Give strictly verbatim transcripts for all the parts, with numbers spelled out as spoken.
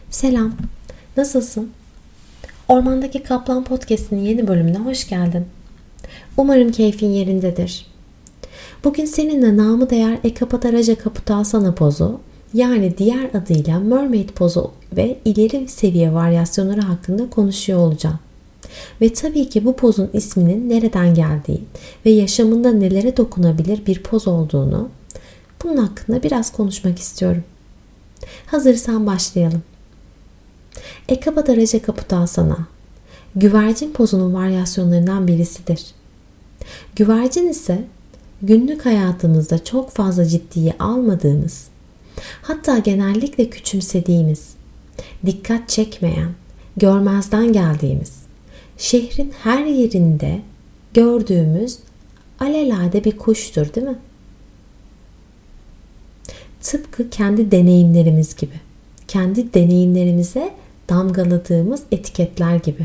Selam, nasılsın? Ormandaki Kaplan Podcast'inin yeni bölümüne hoş geldin. Umarım keyfin yerindedir. Bugün seninle namı değer Ekapada Raja Kapotasana pozu, yani diğer adıyla Mermaid pozu ve ileri seviye varyasyonları hakkında konuşuyor olacağım. Ve tabii ki bu pozun isminin nereden geldiği ve yaşamında nelere dokunabilir bir poz olduğunu, bunun hakkında biraz konuşmak istiyorum. Hazırsan başlayalım. Ekapada Raja Kapotasana, güvercin pozunun varyasyonlarından birisidir. Güvercin ise günlük hayatımızda çok fazla ciddiye almadığımız, hatta genellikle küçümsediğimiz, dikkat çekmeyen, görmezden geldiğimiz, şehrin her yerinde gördüğümüz alelade bir kuştur, değil mi? Tıpkı kendi deneyimlerimiz gibi, kendi deneyimlerimize damgaladığımız etiketler gibi.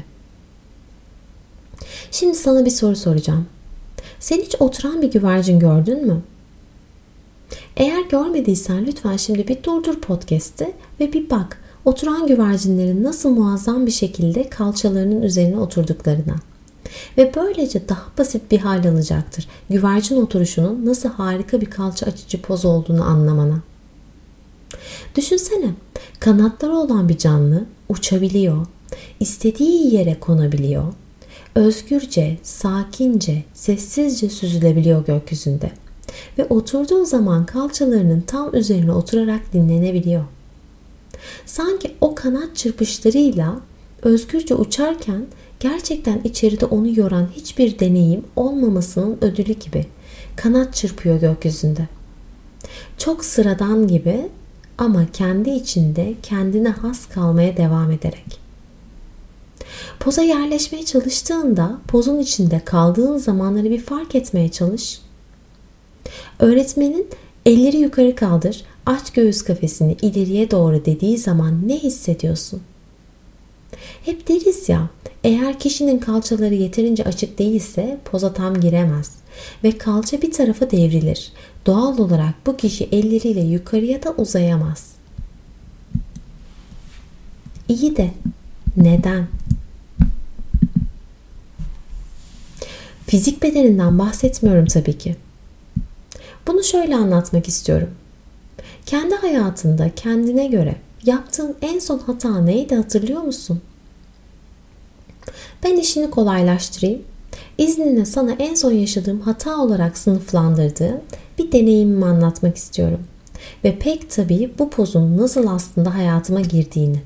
Şimdi sana bir soru soracağım. Sen hiç oturan bir güvercin gördün mü? Eğer görmediysen lütfen şimdi bir durdur podcast'i ve bir bak oturan güvercinlerin nasıl muazzam bir şekilde kalçalarının üzerine oturduklarına. Ve böylece daha basit bir hal alacaktır. Güvercin oturuşunun nasıl harika bir kalça açıcı poz olduğunu anlamana. Düşünsene, kanatları olan bir canlı uçabiliyor, istediği yere konabiliyor, özgürce, sakince, sessizce süzülebiliyor gökyüzünde ve oturduğu zaman kalçalarının tam üzerine oturarak dinlenebiliyor. Sanki o kanat çırpışlarıyla özgürce uçarken gerçekten içeride onu yoran hiçbir deneyim olmamasının ödülü gibi kanat çırpıyor gökyüzünde. Çok sıradan gibi ama kendi içinde kendine has kalmaya devam ederek. Poza yerleşmeye çalıştığında pozun içinde kaldığın zamanları bir fark etmeye çalış. Öğretmenin elleri yukarı kaldır, aç göğüs kafesini ileriye doğru dediği zaman ne hissediyorsun? Hep deriz ya, eğer kişinin kalçaları yeterince açık değilse poza tam giremez ve kalça bir tarafa devrilir. Doğal olarak bu kişi elleriyle yukarıya da uzayamaz. İyi de neden? Fizik bedeninden bahsetmiyorum tabii ki. Bunu şöyle anlatmak istiyorum. Kendi hayatında kendine göre yaptığın en son hata neydi hatırlıyor musun? Ben işini kolaylaştırayım. İzninle sana en son yaşadığım hata olarak sınıflandırdığım bir deneyimimi anlatmak istiyorum. Ve pek tabii bu pozun nasıl aslında hayatıma girdiğini.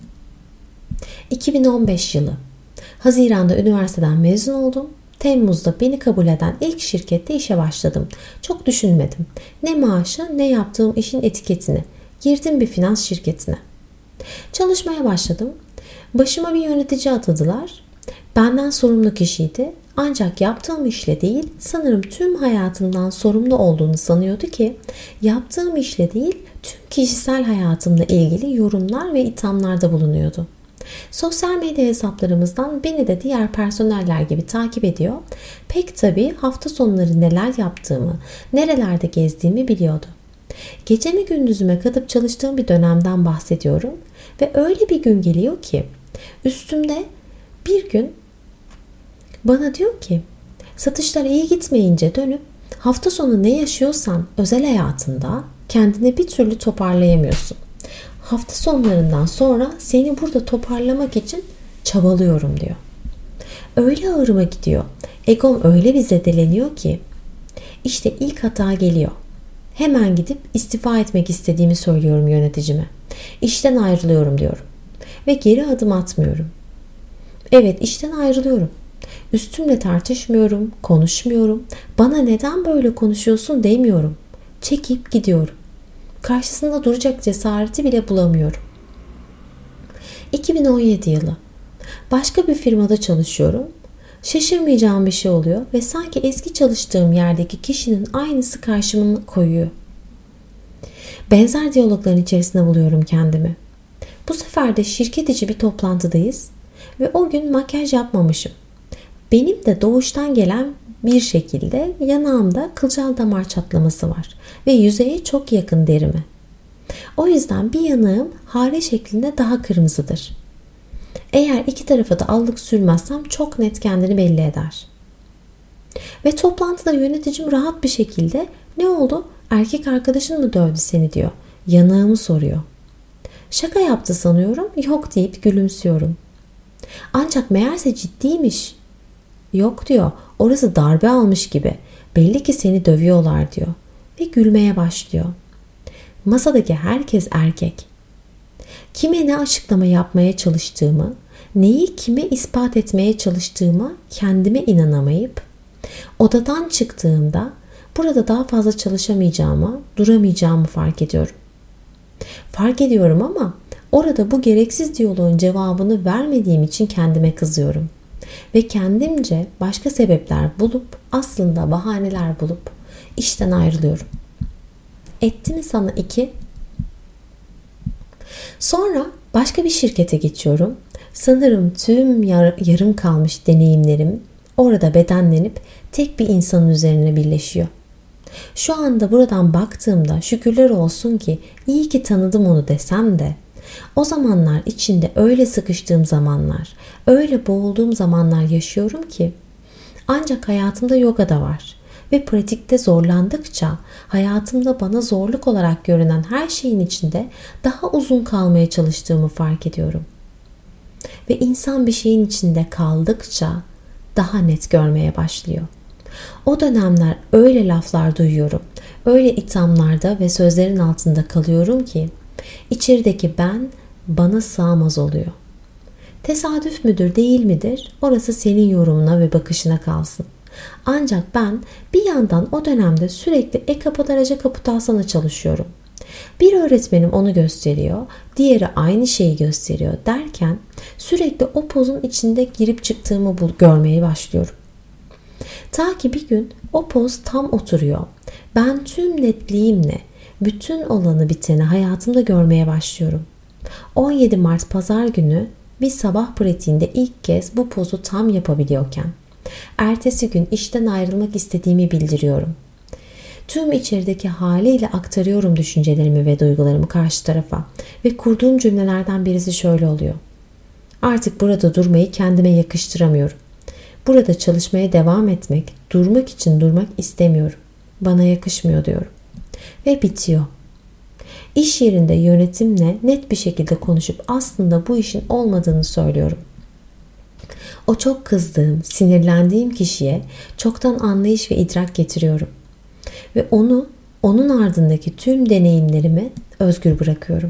iki bin on beş yılı. Haziran'da üniversiteden mezun oldum. Temmuz'da beni kabul eden ilk şirkette işe başladım. Çok düşünmedim. Ne maaşı ne yaptığım işin etiketini. Girdim bir finans şirketine. Çalışmaya başladım. Başıma bir yönetici atadılar. Benden sorumlu kişiydi. Ancak yaptığım işle değil, sanırım tüm hayatımdan sorumlu olduğunu sanıyordu ki, yaptığım işle değil, tüm kişisel hayatımla ilgili yorumlar ve ithamlarda bulunuyordu. Sosyal medya hesaplarımızdan beni de diğer personeller gibi takip ediyor. Pek tabii hafta sonları neler yaptığımı, nerelerde gezdiğimi biliyordu. Gecemi gündüzüme katıp çalıştığım bir dönemden bahsediyorum ve öyle bir gün geliyor ki üstümde bir gün bana diyor ki satışlar iyi gitmeyince dönüp hafta sonu ne yaşıyorsan özel hayatında kendini bir türlü toparlayamıyorsun. Hafta sonlarından sonra seni burada toparlamak için çabalıyorum diyor. Öyle ağrıma gidiyor. Egom öyle bir zedeleniyor ki işte ilk hata geliyor. Hemen gidip istifa etmek istediğimi söylüyorum yöneticime. İşten ayrılıyorum diyorum. Ve geri adım atmıyorum. Evet, işten ayrılıyorum. Üstümle tartışmıyorum, konuşmuyorum. Bana neden böyle konuşuyorsun demiyorum. Çekip gidiyorum. Karşısında duracak cesareti bile bulamıyorum. iki bin on yedi yılı. Başka bir firmada çalışıyorum. Şaşırmayacağım bir şey oluyor ve sanki eski çalıştığım yerdeki kişinin aynısı karşıma koyuyor. Benzer diyalogların içerisinde buluyorum kendimi. Bu sefer de şirket içi bir toplantıdayız ve o gün makyaj yapmamışım. Benim de doğuştan gelen bir şekilde yanağımda kılcal damar çatlaması var ve yüzeye çok yakın derime. O yüzden bir yanağım hare şeklinde daha kırmızıdır. Eğer iki tarafa da allık sürmezsem çok net kendini belli eder. Ve toplantıda yöneticim rahat bir şekilde "Ne oldu? Erkek arkadaşın mı dövdü seni?" diyor. Yanağımı soruyor. Şaka yaptı sanıyorum. Yok deyip gülümsüyorum. Ancak meğerse ciddiymiş. Yok diyor. Orası darbe almış gibi. Belli ki seni dövüyorlar diyor. Ve gülmeye başlıyor. Masadaki herkes erkek. Kime ne açıklama yapmaya çalıştığımı, neyi kime ispat etmeye çalıştığıma kendime inanamayıp odadan çıktığımda burada daha fazla çalışamayacağımı, duramayacağımı fark ediyorum. Fark ediyorum ama orada bu gereksiz diyaloğun cevabını vermediğim için kendime kızıyorum. Ve kendimce başka sebepler bulup, aslında bahaneler bulup işten ayrılıyorum. Etti mi sana iki? Sonra başka bir şirkete geçiyorum. Sanırım tüm yar- yarım kalmış deneyimlerim orada bedenlenip tek bir insanın üzerine birleşiyor. Şu anda buradan baktığımda şükürler olsun ki iyi ki tanıdım onu desem de o zamanlar içinde öyle sıkıştığım zamanlar, öyle boğulduğum zamanlar yaşıyorum ki ancak hayatımda yoga da var ve pratikte zorlandıkça hayatımda bana zorluk olarak görünen her şeyin içinde daha uzun kalmaya çalıştığımı fark ediyorum. Ve insan bir şeyin içinde kaldıkça daha net görmeye başlıyor. O dönemler öyle laflar duyuyorum, öyle ithamlarda ve sözlerin altında kalıyorum ki içerideki ben bana sığmaz oluyor. Tesadüf müdür değil midir? Orası senin yorumuna ve bakışına kalsın. Ancak ben bir yandan o dönemde sürekli ekapodaraja kaputasana çalışıyorum. Bir öğretmenim onu gösteriyor, diğeri aynı şeyi gösteriyor derken sürekli o pozun içinde girip çıktığımı bul- görmeye başlıyorum. Ta ki bir gün o poz tam oturuyor. Ben tüm netliğimle bütün olanı biteni hayatımda görmeye başlıyorum. on yedi Mart Pazar günü bir sabah pratiğinde ilk kez bu pozu tam yapabiliyorken, ertesi gün işten ayrılmak istediğimi bildiriyorum. Tüm içerideki haliyle aktarıyorum düşüncelerimi ve duygularımı karşı tarafa ve kurduğum cümlelerden birisi şöyle oluyor. Artık burada durmayı kendime yakıştıramıyorum. Burada çalışmaya devam etmek, durmak için durmak istemiyorum. Bana yakışmıyor diyorum. Ve bitiyor. İş yerinde yönetimle net bir şekilde konuşup aslında bu işin olmadığını söylüyorum. O çok kızdığım, sinirlendiğim kişiye çoktan anlayış ve idrak getiriyorum. Ve onu, onun ardındaki tüm deneyimlerimi özgür bırakıyorum.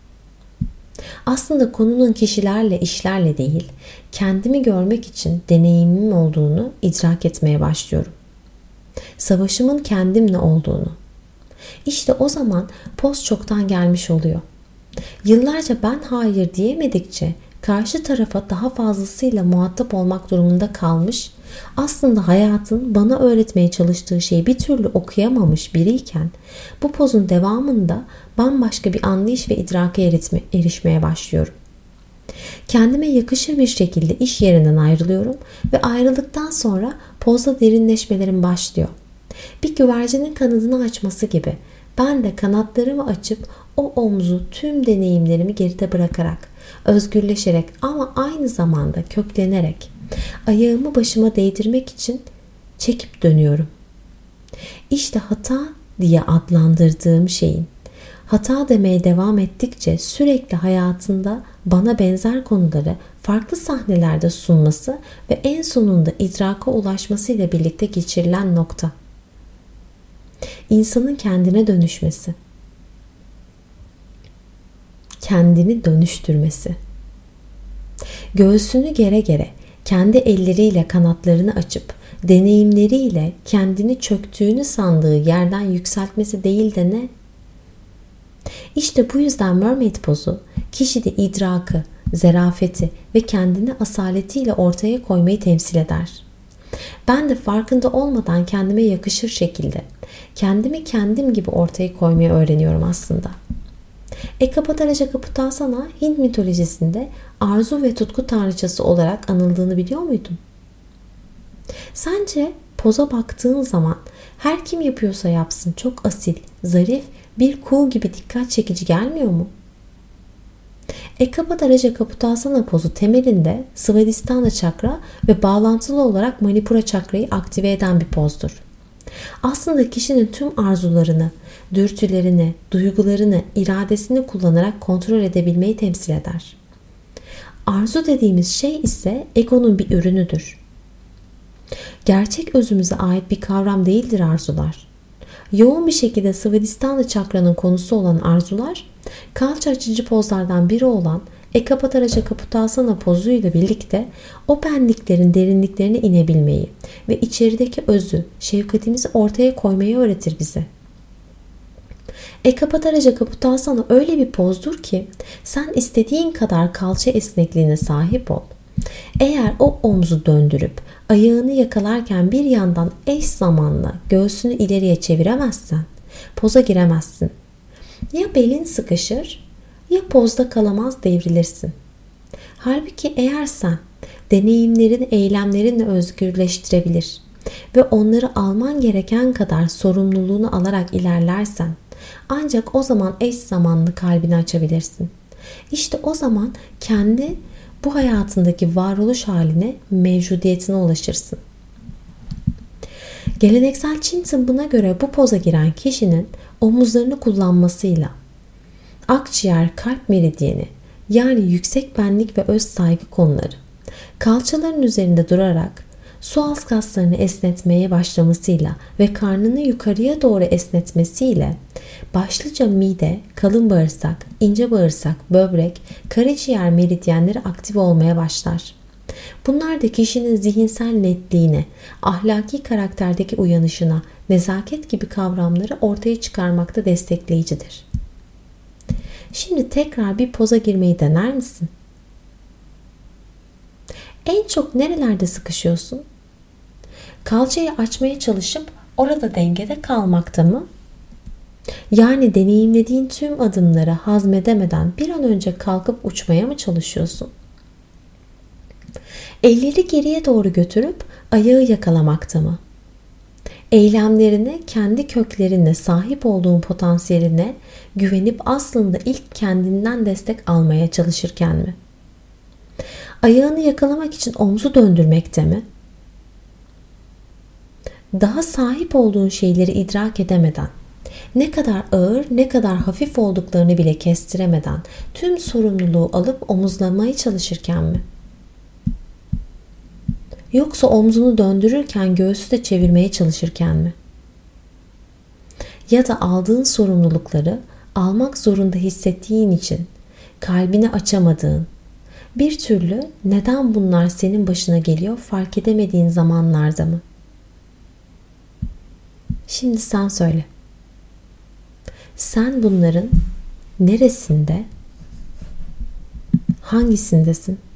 Aslında konunun kişilerle, işlerle değil, kendimi görmek için deneyimim olduğunu idrak etmeye başlıyorum. Savaşımın kendimle olduğunu. İşte o zaman poz çoktan gelmiş oluyor. Yıllarca ben hayır diyemedikçe karşı tarafa daha fazlasıyla muhatap olmak durumunda kalmış, aslında hayatın bana öğretmeye çalıştığı şeyi bir türlü okuyamamış biriyken bu pozun devamında bambaşka bir anlayış ve idraka erişmeye başlıyorum. Kendime yakışır bir şekilde iş yerinden ayrılıyorum ve ayrıldıktan sonra pozda derinleşmelerim başlıyor. Bir güvercinin kanadını açması gibi ben de kanatlarımı açıp o omzu tüm deneyimlerimi geride bırakarak, özgürleşerek ama aynı zamanda köklenerek ayağımı başıma değdirmek için çekip dönüyorum. İşte hata diye adlandırdığım şeyin hata demeye devam ettikçe sürekli hayatında bana benzer konuları farklı sahnelerde sunması ve en sonunda idraka ulaşmasıyla birlikte geçirilen nokta. İnsanın kendine dönüşmesi. Kendini dönüştürmesi. Göğsünü gere gere kendi elleriyle kanatlarını açıp deneyimleriyle kendini çöktüğünü sandığı yerden yükseltmesi değil de ne? İşte bu yüzden mermaid pozu kişide idrakı, zerafeti ve kendini asaletiyle ortaya koymayı temsil eder. Ben de farkında olmadan kendime yakışır şekilde kendimi kendim gibi ortaya koymayı öğreniyorum aslında. Ekapodaraja kaputasana Hint mitolojisinde arzu ve tutku tanrıçası olarak anıldığını biliyor muydun? Sence poza baktığın zaman her kim yapıyorsa yapsın çok asil, zarif bir kuğu gibi dikkat çekici gelmiyor mu? Ekapata Raja Kapotasana pozu temelinde Svadhisthana çakra ve bağlantılı olarak Manipura çakrayı aktive eden bir pozdur. Aslında kişinin tüm arzularını, dürtülerini, duygularını, iradesini kullanarak kontrol edebilmeyi temsil eder. Arzu dediğimiz şey ise egonun bir ürünüdür. Gerçek özümüze ait bir kavram değildir arzular. Yoğun bir şekilde Svadhisthana çakranın konusu olan arzular, kalça açıcı pozlardan biri olan Ekapata Raja Kapotasana pozuyla birlikte o benliklerin derinliklerine inebilmeyi ve içerideki özü, şefkatimizi ortaya koymayı öğretir bize. Ekapata Raja Kapotasana öyle bir pozdur ki sen istediğin kadar kalça esnekliğine sahip ol. Eğer o omzu döndürüp ayağını yakalarken bir yandan eş zamanla göğsünü ileriye çeviremezsen poza giremezsin. Ya belin sıkışır ya pozda kalamaz devrilirsin. Halbuki eğer sen deneyimlerini eylemlerinle özgürleştirebilir ve onları alman gereken kadar sorumluluğunu alarak ilerlersen ancak o zaman eş zamanlı kalbini açabilirsin. İşte o zaman kendi bu hayatındaki varoluş haline, mevcudiyetine ulaşırsın. Geleneksel Çin tıbbına göre bu poza giren kişinin omuzlarını kullanmasıyla akciğer, kalp meridyeni yani yüksek benlik ve öz saygı konuları, kalçaların üzerinde durarak su alt kaslarını esnetmeye başlamasıyla ve karnını yukarıya doğru esnetmesiyle başlıca mide, kalın bağırsak, ince bağırsak, böbrek, karaciğer meridyenleri aktif olmaya başlar. Bunlar da kişinin zihinsel netliğine, ahlaki karakterdeki uyanışına, nezaket gibi kavramları ortaya çıkarmakta destekleyicidir. Şimdi tekrar bir poza girmeyi dener misin? En çok nerelerde sıkışıyorsun? Kalçayı açmaya çalışıp orada dengede kalmakta mı? Yani deneyimlediğin tüm adımları hazmedemeden bir an önce kalkıp uçmaya mı çalışıyorsun? Elleri geriye doğru götürüp ayağı yakalamakta mı? Eylemlerine kendi köklerinle sahip olduğun potansiyeline güvenip aslında ilk kendinden destek almaya çalışırken mi? Ayağını yakalamak için omzu döndürmekte mi? Daha sahip olduğun şeyleri idrak edemeden, ne kadar ağır ne kadar hafif olduklarını bile kestiremeden tüm sorumluluğu alıp omuzlamaya çalışırken mi? Yoksa omzunu döndürürken göğsü de çevirmeye çalışırken mi? Ya da aldığın sorumlulukları almak zorunda hissettiğin için kalbini açamadığın, bir türlü neden bunlar senin başına geliyor fark edemediğin zamanlarda mı? Şimdi sen söyle. Sen bunların neresinde, hangisindesin?